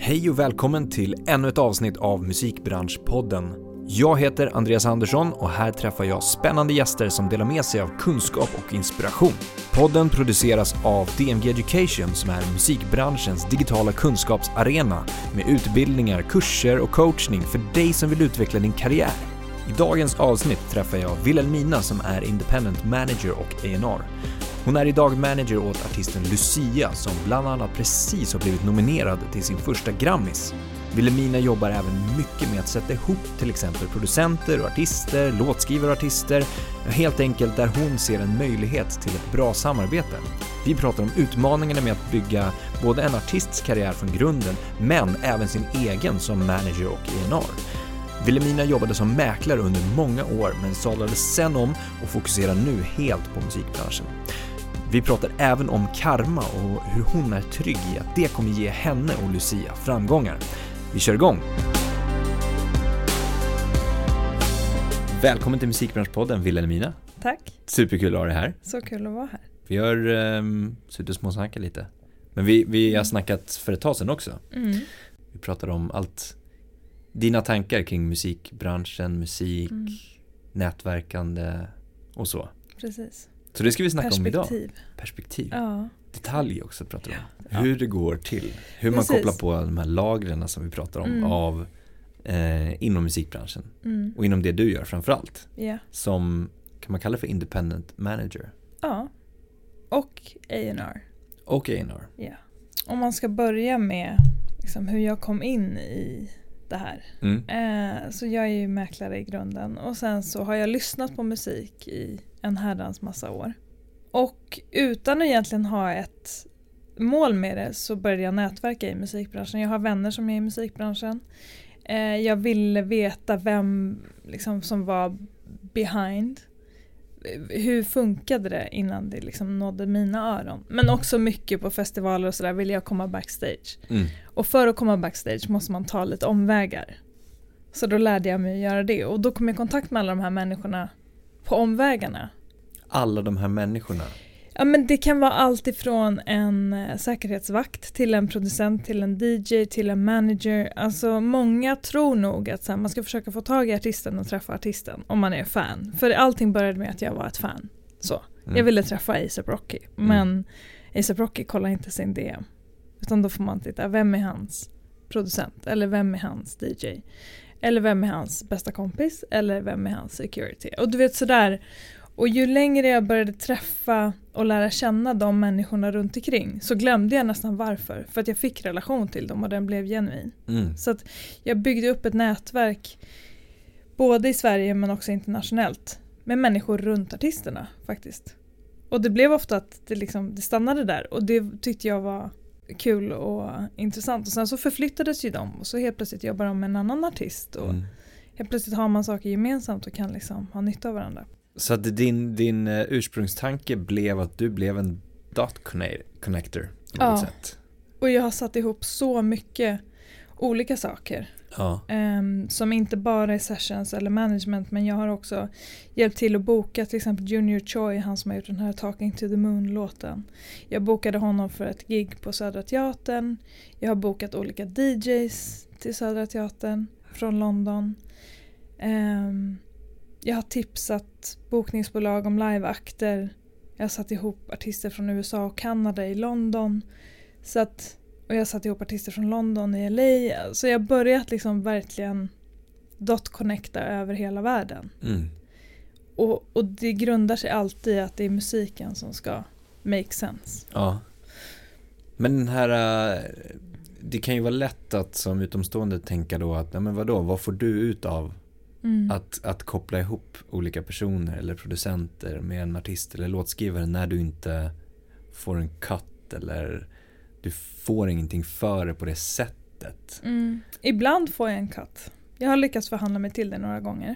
Hej och välkommen till ännu ett avsnitt av Musikbranschpodden. Jag heter Andreas Andersson och här träffar jag spännande gäster som delar med sig av kunskap och inspiration. Podden produceras av DMG Education som är musikbranschens digitala kunskapsarena med utbildningar, kurser och coachning för dig som vill utveckla din karriär. I dagens avsnitt träffar jag Wilhelmina som är Independent Manager och A&R. Hon är idag manager åt artisten Lucia som bland annat precis har blivit nominerad till sin första Grammis. Wilhelmina jobbar även mycket med att sätta ihop till exempel producenter och artister, låtskrivare och artister, helt enkelt där hon ser en möjlighet till ett bra samarbete. Vi pratar om utmaningarna med att bygga både en artists karriär från grunden men även sin egen som manager och A&R. Wilhelmina jobbade som mäklare under många år men sadlade sen om och fokuserar nu helt på musikbranschen. Vi pratar även om karma och hur hon är trygg i att det kommer ge henne och Lucia framgångar. Vi kör igång! Välkommen till Musikbranschpodden, Wilhelmina. Tack. Superkul att ha dig här. Så kul att vara här. Vi har suttit och småsnackat lite. Men vi har snackat för ett tag sedan också. Vi pratade om allt. Dina tankar kring musikbranschen, musik, nätverkande och så. Precis. Så det ska vi snacka om idag. Perspektiv. Ja. Detalj också pratar vi om. Hur det går till. Hur man kopplar på de här lagren som vi pratar om av inom musikbranschen. Och inom det du gör framförallt. Yeah. Som kan man kalla för independent manager. Ja. Och A&R. Och A&R. Ja. Om man ska börja med liksom, hur jag kom in i det här. Så jag är ju mäklare i grunden. Och sen så har jag lyssnat på musik i en herrans massa år. Och utan att egentligen ha ett mål med det så började jag nätverka i musikbranschen. Jag har vänner som är i musikbranschen. Jag ville veta vem liksom, som var behind. Hur funkade det innan det liksom nådde mina öron. Men också mycket på festivaler och sådär ville jag komma backstage. Och för att komma backstage måste man ta lite omvägar. Så då lärde jag mig att göra det. Och då kom jag i kontakt med alla de här människorna på omvägarna. Alla de här människorna? Ja, men det kan vara allt ifrån en säkerhetsvakt till en producent, till en DJ, till en manager. Alltså många tror nog att så här, man ska försöka få tag i artisten och träffa artisten om man är fan. För allting började med att jag var ett fan. Så. Jag ville träffa A$AP Rocky. Men A$AP Rocky kollar inte sin DM. Utan då får man titta, vem är hans producent? Eller vem är hans DJ? Eller vem är hans bästa kompis? Eller vem är hans security? Och du vet sådär. Och ju längre jag började träffa och lära känna de människorna runt omkring så glömde jag nästan varför. För att jag fick relation till dem och den blev genuin. Så att jag byggde upp ett nätverk både i Sverige men också internationellt med människor runt artisterna faktiskt. Och det blev ofta att det stannade där och det tyckte jag var kul och intressant. Och sen så förflyttades ju de och så helt plötsligt jobbar de med en annan artist och helt plötsligt har man saker gemensamt och kan liksom ha nytta av varandra. Så att din ursprungstanke blev att du blev en dot connector på något sätt. Och jag har satt ihop så mycket olika saker. Som inte bara är sessions eller management, men jag har också hjälpt till att boka till exempel Junior Choi, han som har gjort den här Talking to the Moon-låten. Jag bokade honom för ett gig på Södra Teatern. Jag har bokat olika DJs till Södra Teatern från London. Jag har tipsat bokningsbolag om liveakter. Jag har satt ihop artister från USA och Kanada i London. Och jag har satt ihop artister från London i LA. Så jag har börjat liksom verkligen dot-connecta över hela världen. Och det grundar sig alltid att det är musiken som ska make sense. Ja. Men den här... det kan ju vara lätt att som utomstående tänka då att, ja men vadå, vad får du ut av att koppla ihop olika personer eller producenter med en artist eller låtskrivare när du inte får en cut eller du får ingenting för det på det sättet. Ibland får jag en cut. Jag har lyckats förhandla mig till det några gånger.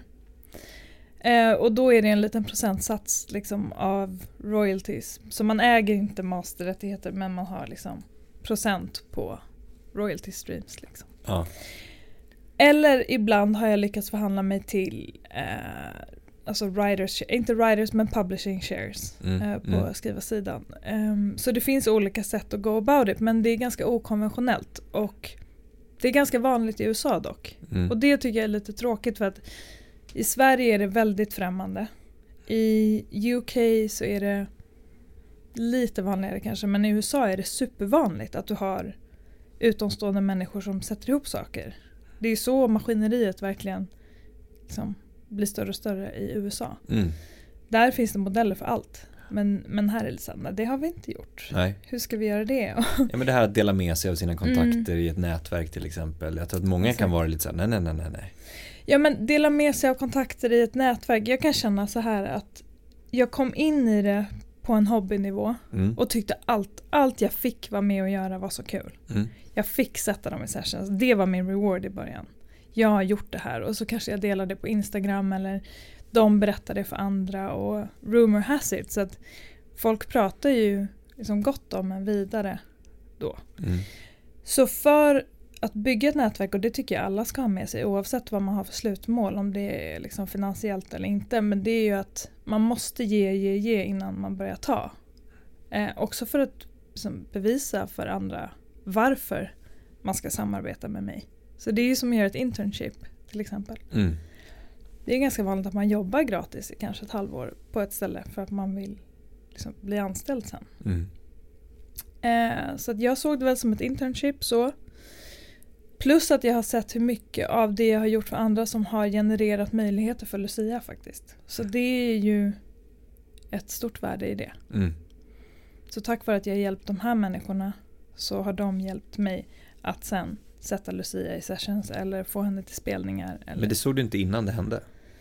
Och då är det en liten procentsats liksom, av royalties. Så man äger inte masterrättigheter men man har liksom procent på royalty streams. Liksom. Ja. Eller ibland har jag lyckats förhandla mig till alltså writers, inte writers men publishing shares på skrivarsidan. Så det finns olika sätt att go about it, men det är ganska okonventionellt och Det är ganska vanligt i USA dock. Och det tycker jag är lite tråkigt för att i Sverige är det väldigt främmande. I UK så är det lite vanligare kanske, men i USA är det supervanligt att du har utomstående människor som sätter ihop saker. Det är så maskineriet verkligen liksom blir större och större i USA. Där finns det modeller för allt. Men här är det samma. Det har vi inte gjort. Nej. Hur ska vi göra det? Ja, men det här att dela med sig av sina kontakter i ett nätverk till exempel. Jag tror att många kan vara lite så här, nej. Ja, men dela med sig av kontakter i ett nätverk. Jag kan känna så här att jag kom in i det på en hobbynivå och tyckte allt jag fick vara med och göra var så kul. Jag fick sätta dem i sessions. Det var min reward i början. Jag har gjort det här och så kanske jag delade det på Instagram eller de berättade för andra och rumor has it. Så att folk pratar ju liksom gott om en vidare då. Så för att bygga ett nätverk, och det tycker jag alla ska ha med sig oavsett vad man har för slutmål, om det är liksom finansiellt eller inte, men det är ju att man måste ge innan man börjar ta. Också för att liksom, bevisa för andra varför man ska samarbeta med mig. Så det är ju som att göra ett internship till exempel. Det är ganska vanligt att man jobbar gratis i kanske ett halvår på ett ställe för att man vill liksom bli anställd sen. Så att jag såg det väl som ett internship så. Plus att jag har sett hur mycket av det jag har gjort för andra som har genererat möjligheter för Lucia faktiskt. Så det är ju ett stort värde i det. Så tack vare att jag har hjälpt de här människorna så har de hjälpt mig att sen sätta Lucia i sessions eller få henne till spelningar. Eller... Men det såg du inte innan det hände?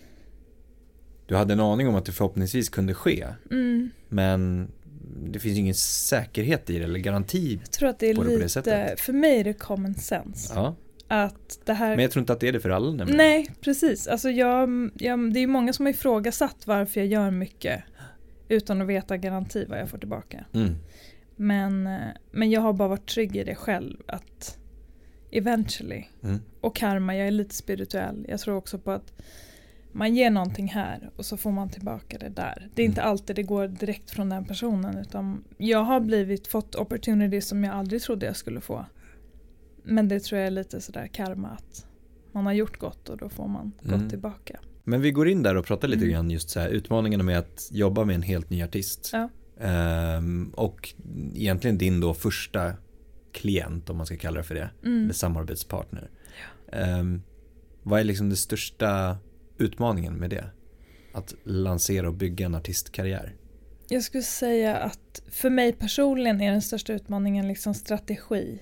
Du hade en aning om att det förhoppningsvis kunde ske. Men det finns ju ingen säkerhet i det eller garanti. Jag tror att det är lite, det sättet. För mig är det common sense. Ja. Att det här... Men jag tror inte att det är det för alla nämligen. Nej, precis. Alltså det är ju många som har ifrågasatt varför jag gör mycket utan att veta garanti vad jag får tillbaka. Men jag har bara varit trygg i det själv att eventually. Och karma, jag är lite spirituell. Jag tror också på att man ger någonting här och så får man tillbaka det där. Det är inte alltid det går direkt från den personen, utan jag har fått opportunities som jag aldrig trodde jag skulle få. Men det tror jag är lite sådär karma, att man har gjort gott och då får man gott tillbaka. Men vi går in där och pratar lite grann just så här, utmaningarna med att jobba med en helt ny artist. Ja. Och egentligen din då första klient, om man ska kalla det för det, eller samarbetspartner. Vad är liksom det största utmaningen med det? Att lansera och bygga en artistkarriär? Jag skulle säga att för mig personligen är den största utmaningen liksom strategi.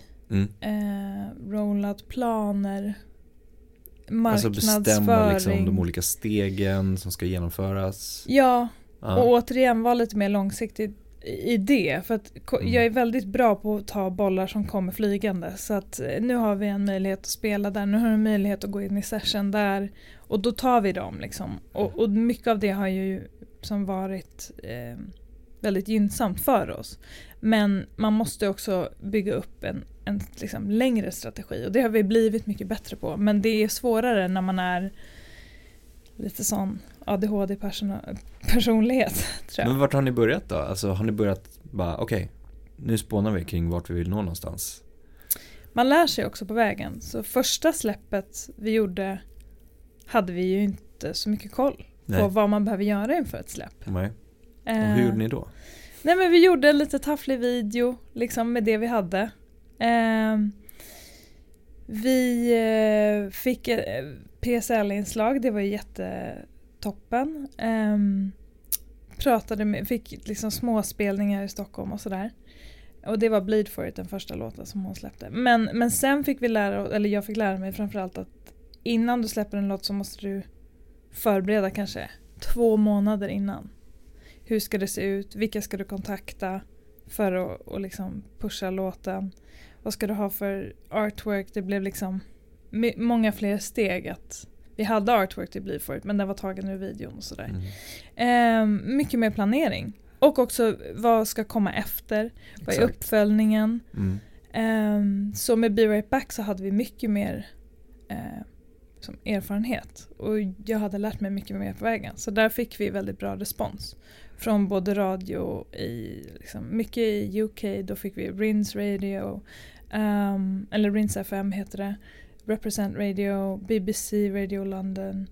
Rollout planer, marknadsföring. Alltså bestämma liksom de olika stegen som ska genomföras. Ja, och återigen vara lite mer långsiktig i det. För att jag är väldigt bra på att ta bollar som kommer flygande. Så att nu har vi en möjlighet att spela där. Nu har vi en möjlighet att gå in i session där. Och då tar vi dem liksom. Och mycket av det har ju som varit väldigt gynnsamt för oss. Men man måste också bygga upp en liksom längre strategi. Och det har vi blivit mycket bättre på. Men det är svårare när man är lite sån ADHD-personlighet, tror jag. Men vart har ni börjat då? Alltså har ni börjat bara, okej, nu spånar vi kring vart vi vill nå någonstans? Man lär sig också på vägen. Så första släppet vi gjorde hade vi ju inte så mycket koll på vad man behöver göra inför ett släpp. Nej. Och hur gjorde ni då? Nej, men vi gjorde en lite tafflig video liksom med det vi hade. Vi fick PSL-inslag, det var ju jättetoppen. Fick liksom småspelningar i Stockholm och sådär. Och det var Bleed For It, den första låten som hon släppte. Men sen fick jag fick lära mig framförallt att innan du släpper en låt så måste du förbereda kanske 2 månader innan. Hur ska det se ut? Vilka ska du kontakta för att liksom pusha låten? Vad ska du ha för artwork? Det blev liksom många fler steg. Att vi hade artwork till Bleed For It, men den var tagen ur videon och sådär. Mycket mer planering. Och också vad ska komma efter? Vad är uppföljningen? Så med Be Right Back så hade vi mycket mer som erfarenhet. Och jag hade lärt mig mycket mer på vägen. Så där fick vi väldigt bra respons. Från både radio i liksom, mycket i UK. Då fick vi Rinse Radio. eller Rinse FM heter det, Represent Radio, BBC Radio London,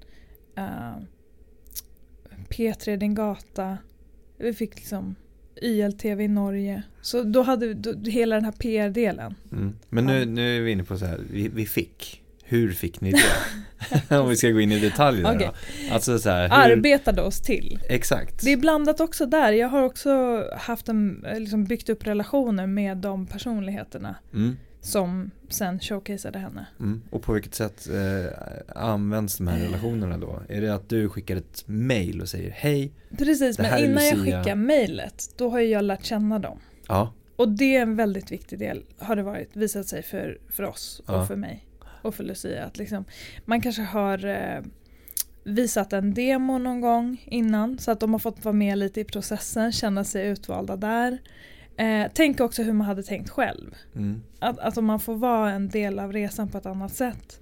P3 Din Gata. Vi fick liksom ILTV i Norge. Så då hade vi hela den här PR-delen. Men nu är vi inne på så här, vi fick. Hur fick ni det? Om vi ska gå in i detaljer. Okay. Alltså så här, arbetade oss till. Exakt. Det är blandat också där. Jag har också haft liksom byggt upp relationer med de personligheterna som sen showcaseade henne. Och på vilket sätt används de här relationerna då? Är det att du skickar ett mejl och säger hej? Precis, men innan jag skickar mejlet, då har jag lärt känna dem. Ja. Och det är en väldigt viktig del, har det visat sig för oss och för mig. Och för Lucia att liksom, man kanske har visat en demo någon gång innan så att de har fått vara med lite i processen, känna sig utvalda där. Tänk också hur man hade tänkt själv. Att om man får vara en del av resan på ett annat sätt.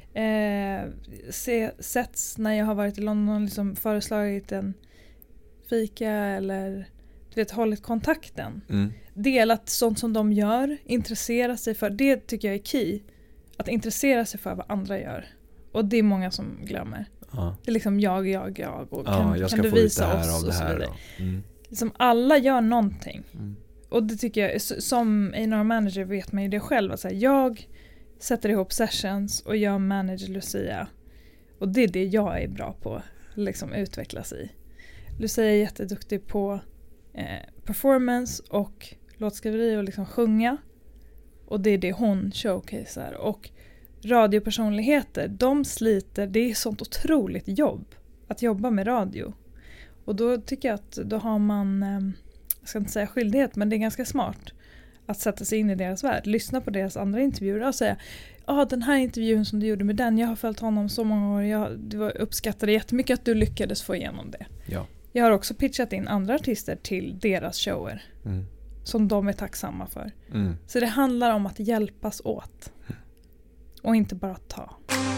Sätts när jag har varit i London liksom föreslagit en fika eller hållit kontakten. Delat sånt som de gör, intressera sig för, det tycker jag är key. Att intressera sig för vad andra gör. Och det är många som glömmer. Det är liksom jag och kan du visa oss och så vidare. Liksom alla gör någonting. Och det tycker jag, som A&R manager vet man ju det själv. Att säga, jag sätter ihop sessions och jag manager Lucia. Och det är det jag är bra på. Liksom utvecklas i. Lucia är jätteduktig på performance och låtskriveri och liksom sjunga. Och det är det hon showcasear. Och radiopersonligheter, de sliter, det är sånt otroligt jobb att jobba med radio. Och då tycker jag att då har man, jag ska inte säga skyldighet, men det är ganska smart att sätta sig in i deras värld. Lyssna på deras andra intervjuer och säga, den här intervjun som du gjorde med den, jag har följt honom så många år, det var uppskattade jättemycket att du lyckades få igenom det. Ja. Jag har också pitchat in andra artister till deras shower. Som de är tacksamma för. Så det handlar om att hjälpas åt. Och inte bara ta.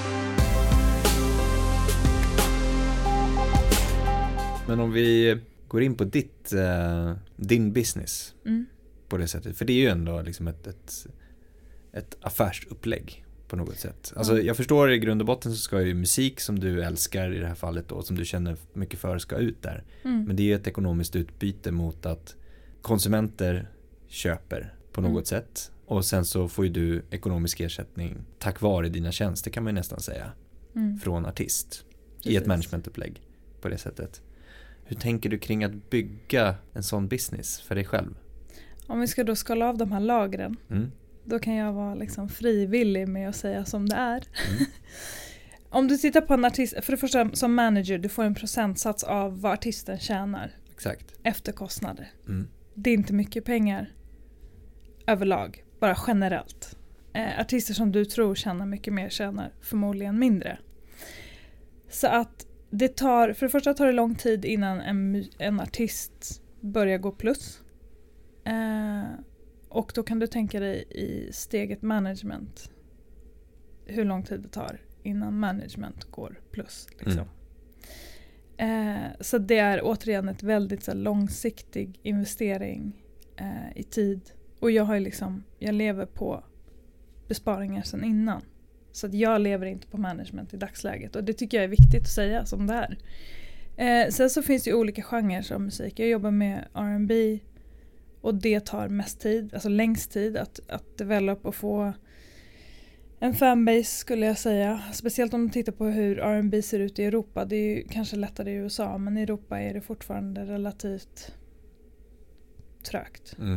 Men om vi går in på din business på det sättet. För det är ju ändå liksom ett affärsupplägg på något sätt. Alltså jag förstår i grund och botten så ska ju musik som du älskar i det här fallet då, som du känner mycket för ska ut där. Men det är ju ett ekonomiskt utbyte mot att konsumenter köper på något sätt. Och sen så får ju du ekonomisk ersättning tack vare dina tjänster kan man ju nästan säga. Från artist. Precis. I ett managementupplägg på det sättet. Hur tänker du kring att bygga en sån business för dig själv? Om vi ska då skala av de här lagren. Då kan jag vara liksom frivillig med att säga som det är. Om du tittar på en artist, för det första som manager, du får en procentsats av vad artisten tjänar. Exakt. Efter kostnader. Det är inte mycket pengar överlag, bara generellt. Artister som du tror tjänar mycket mer tjänar förmodligen mindre. Så att det tar, för det första tar det lång tid innan en artist börjar gå plus. Och då kan du tänka dig i steget management. Hur lång tid det tar innan management går plus. Liksom. Så det är återigen ett väldigt så långsiktig investering i tid. Och jag har jag lever på besparingar sedan innan. Så att jag lever inte på management i dagsläget. Och det tycker jag är viktigt att säga som det är. Sen så finns det ju olika genrer av musik. Jag jobbar med R&B. Och det tar mest tid, alltså längst tid att develop och få en fanbase skulle jag säga. Speciellt om man tittar på hur R&B ser ut i Europa. Det är ju kanske lättare i USA, men i Europa är det fortfarande relativt trögt.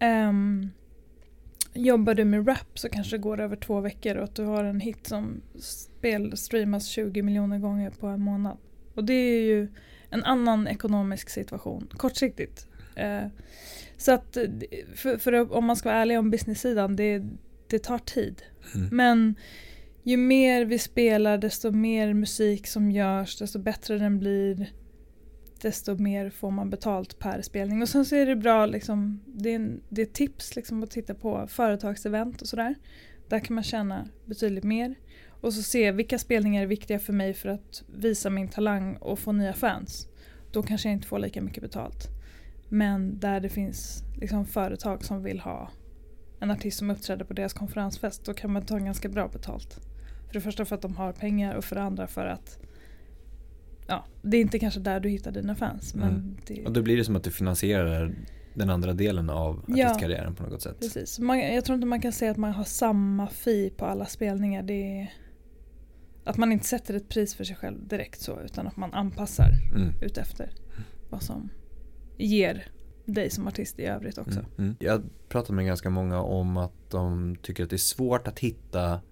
Jobbar du med rap så kanske det går över 2 veckor och att du har en hit som streamas 20 miljoner gånger på en månad. Och det är ju en annan ekonomisk situation, kortsiktigt. Så att för om man ska vara ärlig om business-sidan, det tar tid. Men ju mer vi spelar, desto mer musik som görs, desto bättre den blir, desto mer får man betalt per spelning. Och sen så är det bra, det är tips att titta på företagsevent och sådär. Där kan man tjäna betydligt mer. Och så se vilka spelningar är viktiga för mig för att visa min talang och få nya fans. Då kanske jag inte får lika mycket betalt. Men där det finns företag som vill ha en artist som uppträder på deras konferensfest, då kan man ta ganska bra betalt. För det första för att de har pengar och för det andra för att det är inte kanske där du hittar dina fans. Men och då blir det som att du finansierar den andra delen av artistkarriären på något sätt. Precis. Jag tror inte man kan säga att man har samma fee på alla spelningar. Det är att man inte sätter ett pris för sig själv direkt så, utan att man anpassar utefter vad som ger dig som artist i övrigt också. Jag pratar med ganska många om att de tycker att det är svårt att hitta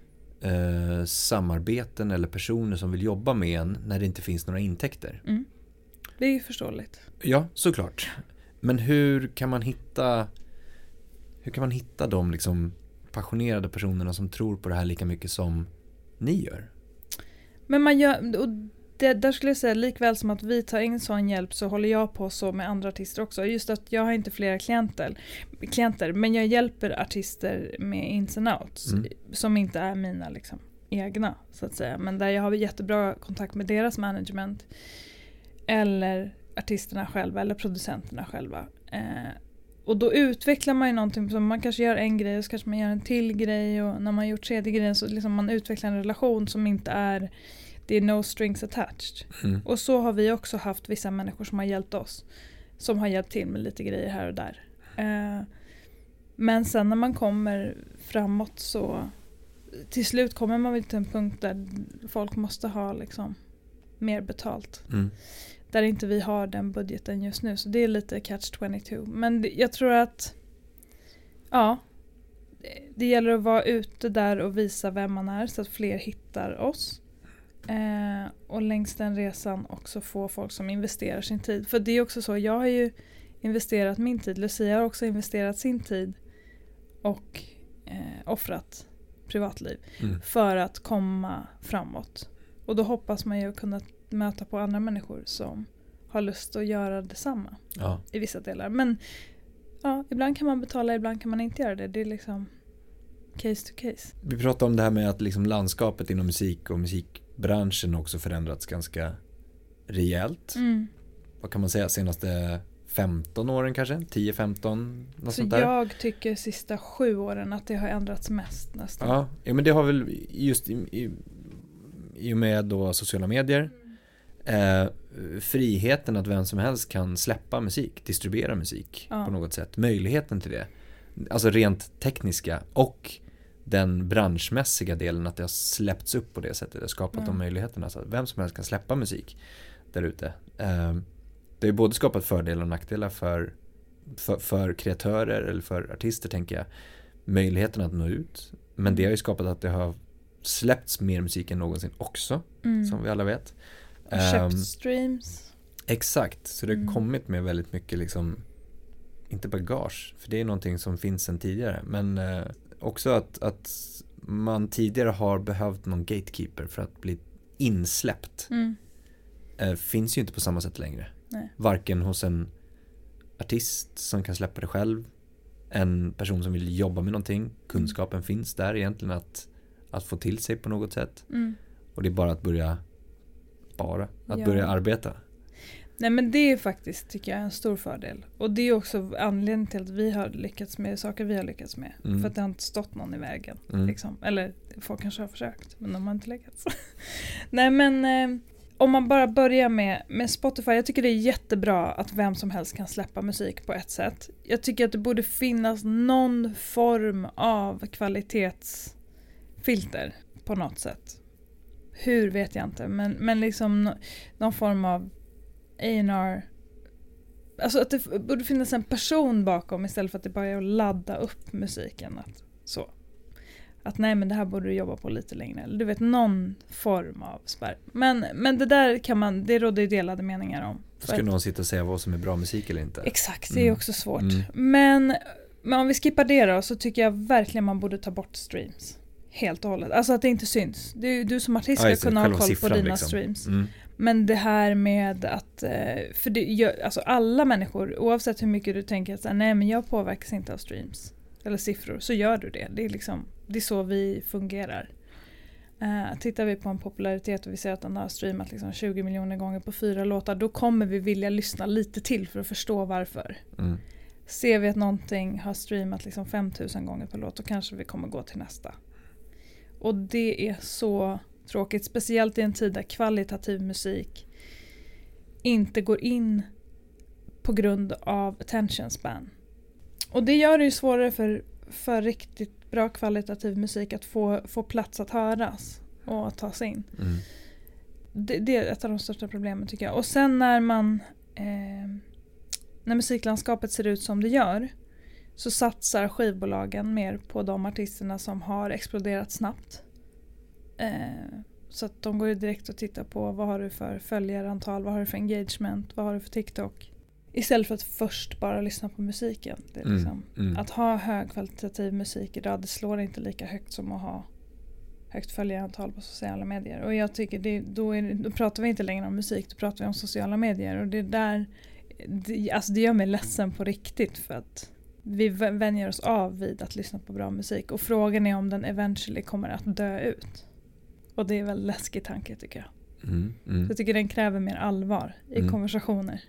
samarbeten eller personer som vill jobba med en när det inte finns några intäkter. Det är ju förståeligt. Ja, såklart. Men hur kan man hitta de liksom passionerade personerna som tror på det här lika mycket som ni gör? Men man gör, och där skulle jag säga, likväl som att vi tar in sån hjälp, så håller jag på så med andra artister också. Just att jag har inte flera klienter, men jag hjälper artister med ins and outs som inte är mina liksom egna, så att säga. Men där jag har jättebra kontakt med deras management eller artisterna själva eller producenterna själva. Och då utvecklar man ju någonting, som man kanske gör en grej och så kanske man gör en till grej, och när man gjort tredje grejen så liksom man utvecklar en relation som inte är, det är no strings attached. Och så har vi också haft vissa människor som har hjälpt oss, som har hjälpt till med lite grejer här och där. Men sen när man kommer framåt, så till slut kommer man till en punkt där folk måste ha liksom mer betalt. Där inte vi har den budgeten just nu. Så det är lite catch-22. Men jag tror att det gäller att vara ute där och visa vem man är, så att fler hittar oss. Och längs den resan också få folk som investerar sin tid. För det är också så, jag har ju investerat min tid. Lucia har också investerat sin tid och offrat privatliv för att komma framåt. Och då hoppas man ju kunna möta på andra människor som har lust att göra detsamma i vissa delar. Men ibland kan man betala, ibland kan man inte göra det. Det är liksom case to case. Vi pratade om det här med att liksom landskapet inom musik och musikbranschen också förändrats ganska rejält. Vad kan man säga, senaste 15 åren kanske? 10-15? Något sånt där. Jag tycker sista 7 åren att det har ändrats mest nästan. Ja, men det har väl just i och med då sociala medier friheten att vem som helst kan släppa musik, distribuera musik på något sätt. Möjligheten till det. Alltså rent tekniska och den branschmässiga delen, att det har släppts upp på det sättet. Det har skapat de möjligheterna så att vem som helst kan släppa musik där ute. Det har både skapat fördelar och nackdelar för kreatörer eller för artister, tänker jag. Möjligheten att nå ut. Men det har ju skapat att det har släppts mer musik än någonsin också, som vi alla vet. Köpt streams. Exakt, så det har kommit med väldigt mycket liksom, inte bagage, för det är någonting som finns sedan tidigare, men också att man tidigare har behövt någon gatekeeper för att bli insläppt. Finns ju inte på samma sätt längre. Nej. Varken hos en artist som kan släppa det själv, en person som vill jobba med någonting. Kunskapen finns där egentligen att få till sig på något sätt. Och det är bara att börja arbeta. Nej, men det är faktiskt, tycker jag, en stor fördel. Och det är också anledningen till att vi har lyckats med saker vi har lyckats med. För att det har inte stått någon i vägen. Liksom. Eller folk kanske har försökt, men de har inte lyckats. Nej, men om man bara börjar med Spotify. Jag tycker det är jättebra att vem som helst kan släppa musik på ett sätt. Jag tycker att det borde finnas någon form av kvalitetsfilter på något sätt. Hur vet jag inte, men liksom någon form av A&R. Alltså att det borde finnas en person bakom istället för att det bara är att ladda upp musiken. Att nej, men det här borde du jobba på lite längre. Eller du vet, någon form av spärr. Men det där det råder ju delade meningar om. Ska någon sitta och säga vad som är bra musik eller inte? Exakt, det är också svårt. Men om vi skippar det då, så tycker jag verkligen man borde ta bort streams. Helt och hållet. Alltså att det inte syns. Du som artist ska kunna ha koll på dina liksom. Streams. Men det här med att för alltså alla människor, oavsett hur mycket du tänker att nej, men jag påverkas inte av streams eller siffror, så gör du det. Det är så vi fungerar. Tittar vi på en popularitet och vi ser att den har streamat liksom 20 miljoner gånger på 4 låtar, då kommer vi vilja lyssna lite till för att förstå varför. Ser vi att någonting har streamat liksom 5000 gånger på låt, då kanske vi kommer gå till nästa. Och det är så tråkigt, speciellt i en tid där kvalitativ musik inte går in på grund av attention span. Och det gör det ju svårare för riktigt bra kvalitativ musik att få plats att höras och att ta sig in. Det är ett av de största problemen tycker jag. Och sen när musiklandskapet ser ut som det gör, så satsar skivbolagen mer på de artisterna som har exploderat snabbt. Så att de går direkt och tittar på vad har du för följarantal, vad har du för engagement, vad har du för TikTok. Istället för att först bara lyssna på musiken. Det är liksom, att ha högkvalitativ musik idag, det slår inte lika högt som att ha högt följarantal på sociala medier. Och jag tycker då pratar vi inte längre om musik, då pratar vi om sociala medier. Och det där, det gör mig ledsen på riktigt, för att vi vänjer oss av vid att lyssna på bra musik. Och frågan är om den eventually kommer att dö ut. Och det är väl läskig tanke tycker jag. Så jag tycker den kräver mer allvar i konversationer.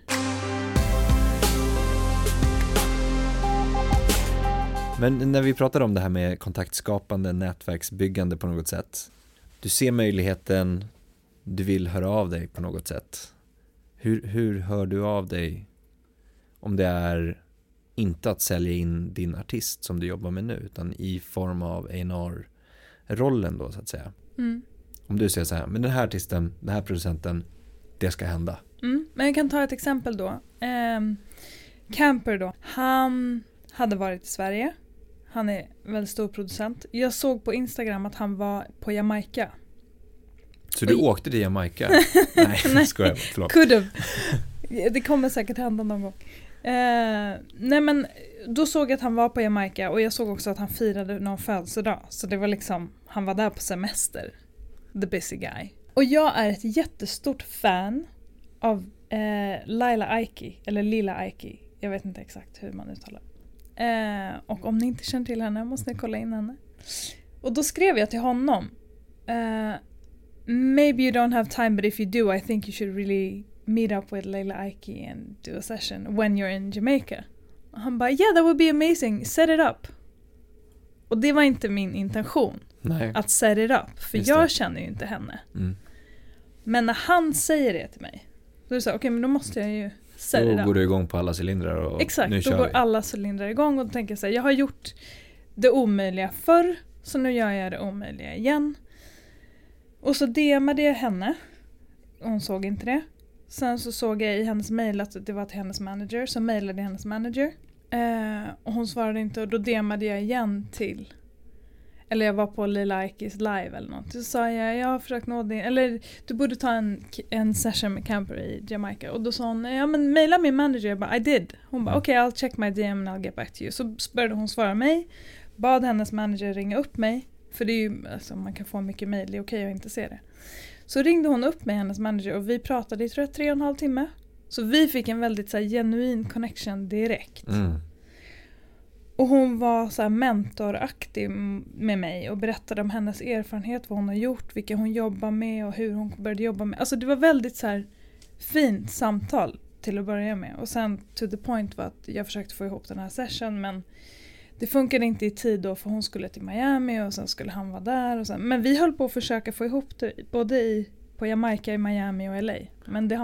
Men när vi pratar om det här med kontaktskapande, nätverksbyggande på något sätt. Du ser möjligheten, du vill höra av dig på något sätt. Hur hör du av dig om det är inte att sälja in din artist som du jobbar med nu, utan i form av A&R-rollen då så att säga. Om du säger så här, men den här artisten, den här producenten, det ska hända. Men jag kan ta ett exempel då. Camper då, han hade varit i Sverige. Han är väldigt stor producent. Jag såg på Instagram att han var på Jamaica. Så du åkte till Jamaica? Nej, skojar. Förlåt. Could have. Det kommer säkert hända någon gång. Nej men då såg jag att han var på Jamaica, och jag såg också att han firade någon födelsedag. Så det var liksom, han var där på semester. The busy guy. Och jag är ett jättestort fan av Lila Ike, eller Lila Ike. Jag vet inte exakt hur man uttalar. Och om ni inte känner till henne måste ni kolla in henne. Och då skrev jag till honom. Maybe you don't have time, but if you do, I think you should really meet up with Lila Ike and do a session when you're in Jamaica. Och han bara, yeah, that would be amazing. Set it up. Och det var inte min intention. Nej. Att set it up. För jag känner ju inte henne. Men när han säger det till mig, då är det så, okej, men då måste jag ju set it up. Då går du igång på alla cylindrar och exakt, nu då går alla cylindrar igång, och då tänker jag så här, jag har gjort det omöjliga förr, så nu gör jag det omöjliga igen. Och så DMade jag henne. Hon såg inte det. Sen så såg jag i hennes mejl att det var till hennes manager, så mejlade jag hennes manager. Och hon svarade inte, och då DMade jag igen till, eller jag var på Lila Ikes live eller något. Så sa jag har försökt nå din, eller du borde ta en session med Camper i Jamaica. Och då sa hon, ja men mejla min manager. Jag bara, I did. Hon bara, okej, I'll check my DM and I'll get back to you. Så började hon svara mig. Bad hennes manager ringa upp mig. För det är ju, alltså, man kan få mycket mejl, det är okej att inte se det. Så ringde hon upp mig, hennes manager, och vi pratade i 3,5 timmar. Så vi fick en väldigt så här, genuin connection direkt. Och hon var så här mentoraktig med mig och berättade om hennes erfarenhet, vad hon har gjort, vilka hon jobbar med och hur hon började jobba med. Alltså det var väldigt så här fint samtal till att börja med. Och sen to the point var att jag försökte få ihop den här session, men det funkade inte i tid då, för hon skulle till Miami och sen skulle han vara där. Och sen, men vi höll på att försöka få ihop det både på Jamaica, i Miami och LA. Men det har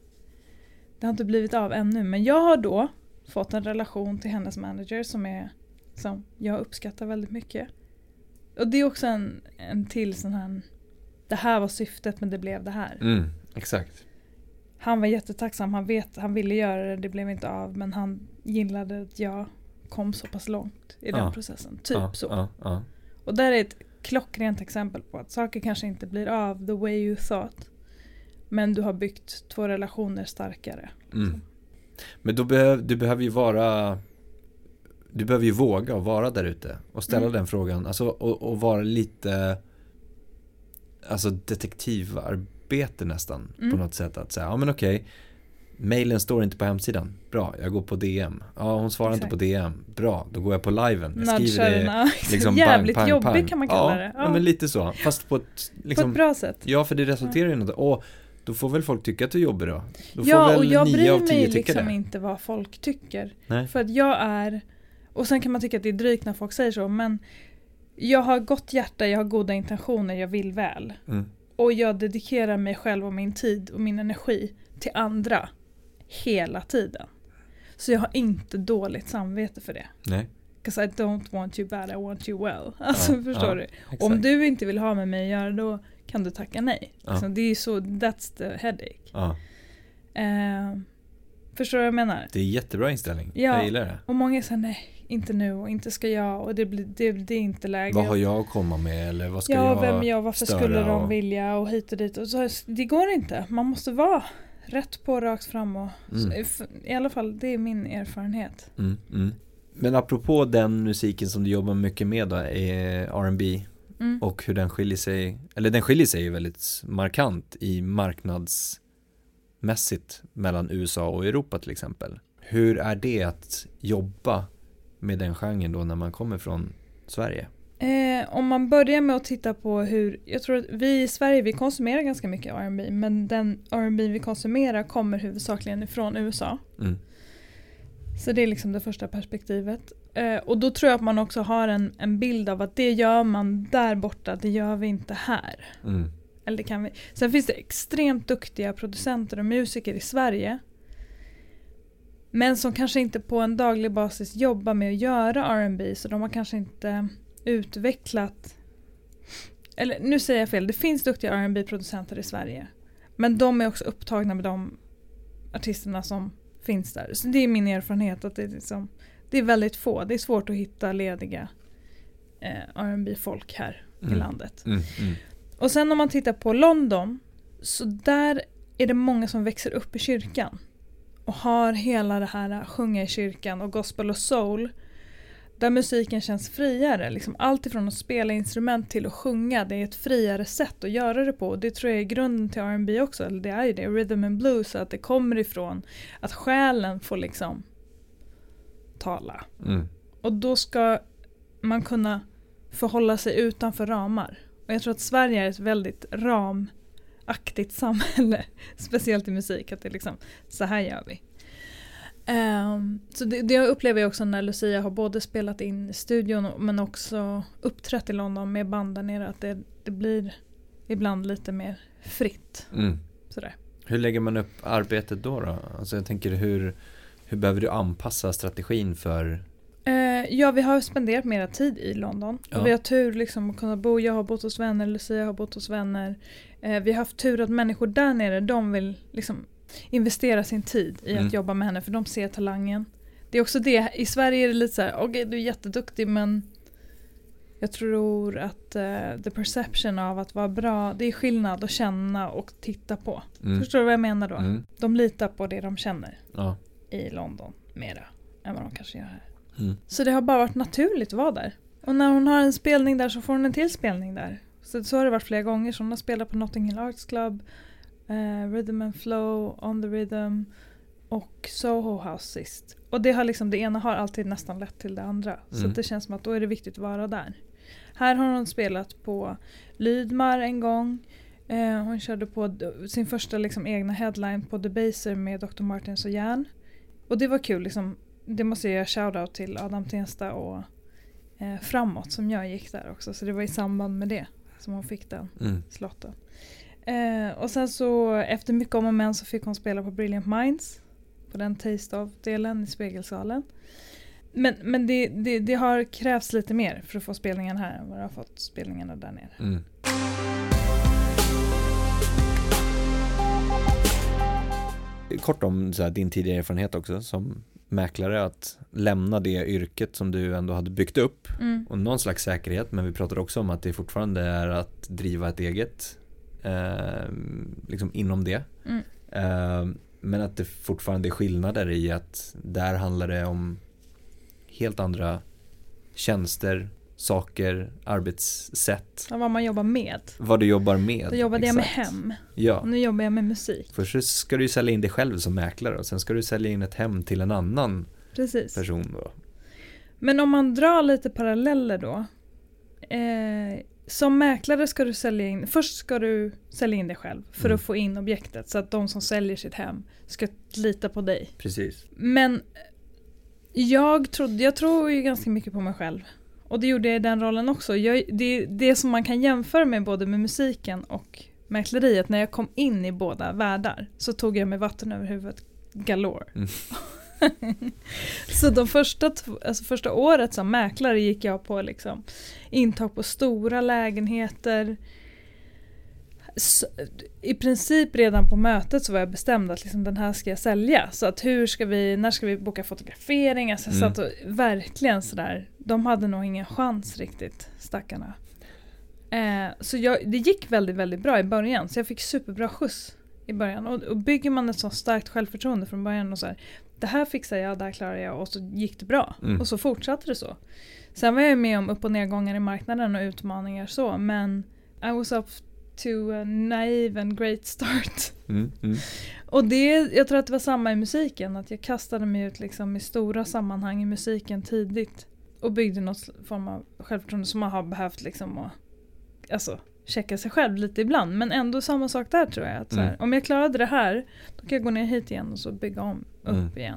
inte blivit av ännu. Men jag har då fått en relation till hennes manager som jag uppskattar väldigt mycket. Och det är också en till sån här, det här var syftet men det blev det här. Exakt. Han var jättetacksam, han ville göra det blev inte av, men han gillade att jag kom så pass långt i den processen. Så. Och där är ett klockrent exempel på att saker kanske inte blir av the way you thought. Men du har byggt 2 relationer starkare. Men då du behöver ju våga och vara där ute och ställa den frågan, alltså, och vara lite, alltså, detektivarbete nästan på något sätt, att säga, ja men okej, mailen står inte på hemsidan, bra, jag går på DM, ja hon svarar inte på DM, bra, då går jag på liven, jag skriver det liksom jävligt bang, jobbigt pang. Kan man kalla det. Ja, men lite så, fast på ett, liksom, på ett bra sätt. Ja, för det resulterar i något, och Då får väl folk tycka att du jobbar då? Då ja, får väl och jag 9 bryr av 10 mig tycka liksom det. inte vad folk tycker. Nej. För att jag är, och sen kan man tycka att det är drygt när folk säger så, men jag har gott hjärta, jag har goda intentioner, jag vill väl. Och jag dedikerar mig själv och min tid och min energi till andra hela tiden. Så jag har inte dåligt samvete för det. Nej. 'Cause I don't want you bad, I want you well. Alltså förstår du? Exakt. Om du inte vill ha med mig att göra, då kan du tacka nej. Ja. Alltså, det är ju så, that's the headache. Ja. Förstår du vad jag menar? Det är jättebra inställning. Ja. Jag gillar det. Och många säger nej, inte nu och inte ska jag och det är inte läge. Vad har jag att komma med eller vad ska Ja, jag vem är jag, varför störa skulle de och... vilja och hit och dit. Och så, det går inte. Man måste vara rätt på, rakt fram och så, i alla fall, det är min erfarenhet. Men apropå den musiken som du jobbar mycket med då, är R&B och hur den skiljer sig, eller den skiljer sig ju väldigt markant i marknadsmässigt mellan USA och Europa till exempel. Hur är det att jobba med den genren då när man kommer från Sverige? Om man börjar med att titta på hur, jag tror att vi i Sverige, vi konsumerar ganska mycket R&B, men den R&B vi konsumerar kommer huvudsakligen ifrån USA. Så det är liksom det första perspektivet. Och då tror jag att man också har en bild av att det gör man där borta, det gör vi inte här. Eller det kan vi. Sen finns det extremt duktiga producenter och musiker i Sverige, men som kanske inte på en daglig basis jobbar med att göra R&B, så de har kanske inte utvecklat, eller nu säger jag fel, det finns duktiga R&B-producenter i Sverige, men de är också upptagna med de artisterna som finns där. Så det är min erfarenhet att det är väldigt få. Det är svårt att hitta lediga R&B-folk här i landet. Och sen om man tittar på London, så där är det många som växer upp i kyrkan och har hela det här sjunga i kyrkan och gospel och soul, där musiken känns friare. Liksom allt ifrån att spela instrument till att sjunga, det är ett friare sätt att göra det på. Det tror jag är grunden till R&B också. Eller det är ju det, rhythm and blues, så att det kommer ifrån att själen får liksom tala. Och då ska man kunna förhålla sig utanför ramar. Och jag tror att Sverige är ett väldigt ramaktigt samhälle, speciellt i musik, att det är liksom, så här gör vi. Så det upplever jag också när Lucia har både spelat in i studion men också uppträtt i London med band där nere, att det blir ibland lite mer fritt. Sådär. Hur lägger man upp arbetet då? Alltså jag tänker, hur behöver du anpassa strategin för... Ja, vi har spenderat mera tid i London. Ja. Och vi har tur liksom att kunna bo. Jag har bott hos vänner, Lucia har bott hos vänner. Vi har haft tur att människor där nere, de vill liksom investera sin tid i att jobba med henne, för de ser talangen. Det är också det, i Sverige är det lite så här, okej, du är jätteduktig, men jag tror att the perception av att vara bra, det är skillnad att känna och titta på. Förstår du vad jag menar då? De litar på det de känner i London mera än vad de kanske gör här. Så det har bara varit naturligt att vara där. Och när hon har en spelning där så får hon en till spelning där. Så har det varit flera gånger. Så hon har spelat på Notting Hill Arts Club, Rhythm and Flow, On the Rhythm och Soho House sist. Och det har liksom, det ena har alltid nästan lett till det andra. Så det känns som att då är det viktigt att vara där. Här har hon spelat på Lydmar en gång. Hon körde på sin första liksom egna headline på Debaser med Dr. Martens och Järn. Och det var kul liksom. Det måste jag göra shoutout till Adam Tensta och Framåt som jag gick där också. Så det var i samband med det som hon fick den slotten. Och sen så efter mycket om och men så fick hon spela på Brilliant Minds. På den Taste of-delen i Spegelsalen. Men det har krävts lite mer för att få spelningen här än vad jag har fått spelningarna där nere. Kort om så här, din tidigare erfarenhet också som mäklare, att lämna det yrket som du ändå hade byggt upp och någon slags säkerhet, men vi pratade också om att det fortfarande är att driva ett eget liksom inom det. Men att det fortfarande är skillnader i att där handlar det om helt andra tjänster, saker, arbetssätt. Ja, vad man jobbar med. Vad du jobbar med. Då jobbade jag med hem. Ja. Nu jobbar jag med musik. Först ska du sälja in dig själv som mäklare och sen ska du sälja in ett hem till en annan person då. Men om man drar lite paralleller då. som mäklare ska du sälja in, först ska du sälja in dig själv för att få in objektet så att de som säljer sitt hem ska lita på dig. Precis. Men jag tror ju ganska mycket på mig själv. Och det gjorde jag i den rollen också. Det som man kan jämföra med både med musiken och mäkleriet, när jag kom in i båda världar så tog jag mig vatten över huvudet galore. Så de första året som mäklare gick jag på liksom intag på stora lägenheter. Så, i princip redan på mötet så var jag bestämd att liksom, den här ska jag sälja. Så att när ska vi boka fotografering? Alltså, så att, verkligen sådär. De hade nog ingen chans riktigt, stackarna. Så det gick väldigt, väldigt bra i början. Så jag fick superbra skjuts i början. Och bygger man ett så starkt självförtroende från början och så här, det här fixar jag, där klarar jag, och så gick det bra. Och så fortsatte det så. Sen var jag med om upp- och nedgångar i marknaden och utmaningar så, men I was up to a naive and great start. Och jag tror att det var samma i musiken, att jag kastade mig ut liksom i stora sammanhang i musiken tidigt och byggde något form av självförtroende som man har behövt liksom att checka sig själv lite ibland, men ändå samma sak där tror jag, att så här, om jag klarade det här, då kan jag gå ner hit igen och så bygga om upp igen.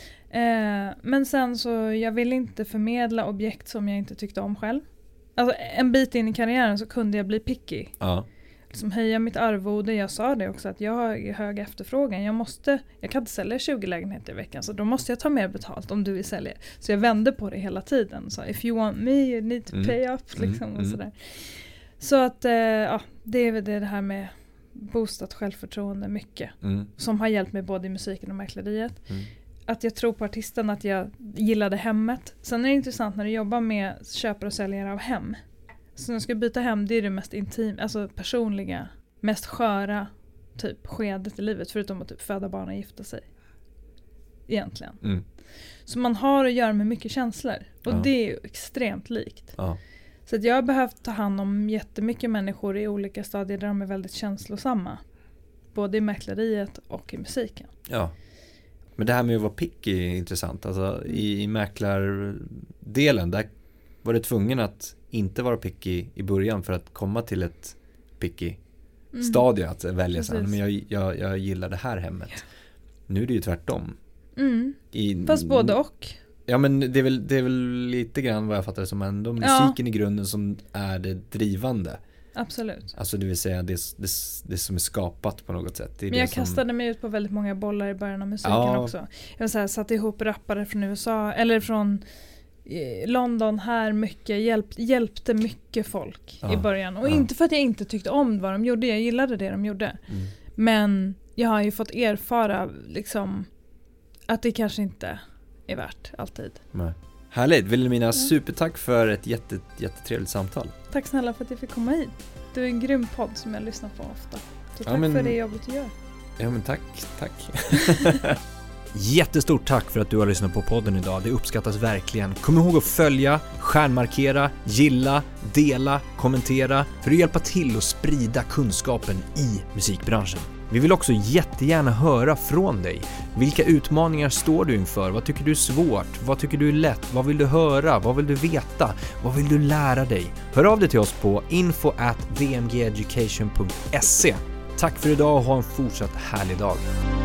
Men sen så jag vill inte förmedla objekt som jag inte tyckte om själv. Alltså en bit in i karriären så kunde jag bli picky. Liksom höja mitt arvode. Jag sa det också, att jag har hög efterfrågan. Jag kan inte sälja 20 lägenheter i veckan, så då måste jag ta mer betalt om du vill sälja. Så jag vände på det hela tiden. Så if you want me, you need to pay up. Liksom, och sådär. Så att det är väl det här med boostat självförtroende mycket. Som har hjälpt mig både i musiken och mäkleriet. Att jag tror på artisten, att jag gillade hemmet. Sen är det intressant när du jobbar med köpare och säljare av hem. Så när du ska byta hem, det är det mest intima, alltså personliga, mest sköra typ skedet i livet, förutom att typ föda barn och gifta sig. Egentligen. Så man har att göra med mycket känslor. Och det är ju extremt likt. Så att jag har behövt ta hand om jättemycket människor i olika stadier där de är väldigt känslosamma. Både i mäkleriet och i musiken. Ja. Men det här med att vara picky är intressant. Alltså i mäklardelen, där var du tvungen att inte vara picky i början för att komma till ett picky stadie, att välja så här, men jag gillar det här hemmet. Nu är det ju tvärtom. Fast både och. Ja, men det är väl lite grann vad jag fattar det som ändå musiken i grunden som är det drivande. Absolut. Alltså det vill säga det som är skapat på något sätt. Men jag kastade mig ut på väldigt många bollar i början av musiken också. Jag var så här, satte ihop rappare från USA eller från London här mycket, hjälpte mycket folk i början. Och inte för att jag inte tyckte om vad de gjorde, jag gillade det de gjorde. Men jag har ju fått erfara liksom att det kanske inte är värt alltid. Nej. Härligt, Wilhelmina, supertack för ett jättetrevligt samtal. Tack snälla för att jag fick komma hit. Du är en grym podd som jag lyssnar på ofta. Så tack för det jobbet du gör. Ja, men tack. Jättestort tack för att du har lyssnat på podden idag. Det uppskattas verkligen. Kom ihåg att följa, stjärnmarkera, gilla, dela, kommentera för att hjälpa till att sprida kunskapen i musikbranschen. Vi vill också jättegärna höra från dig. Vilka utmaningar står du inför? Vad tycker du är svårt? Vad tycker du är lätt? Vad vill du höra? Vad vill du veta? Vad vill du lära dig? Hör av dig till oss på info@vmgeducation.se. Tack för idag och ha en fortsatt härlig dag.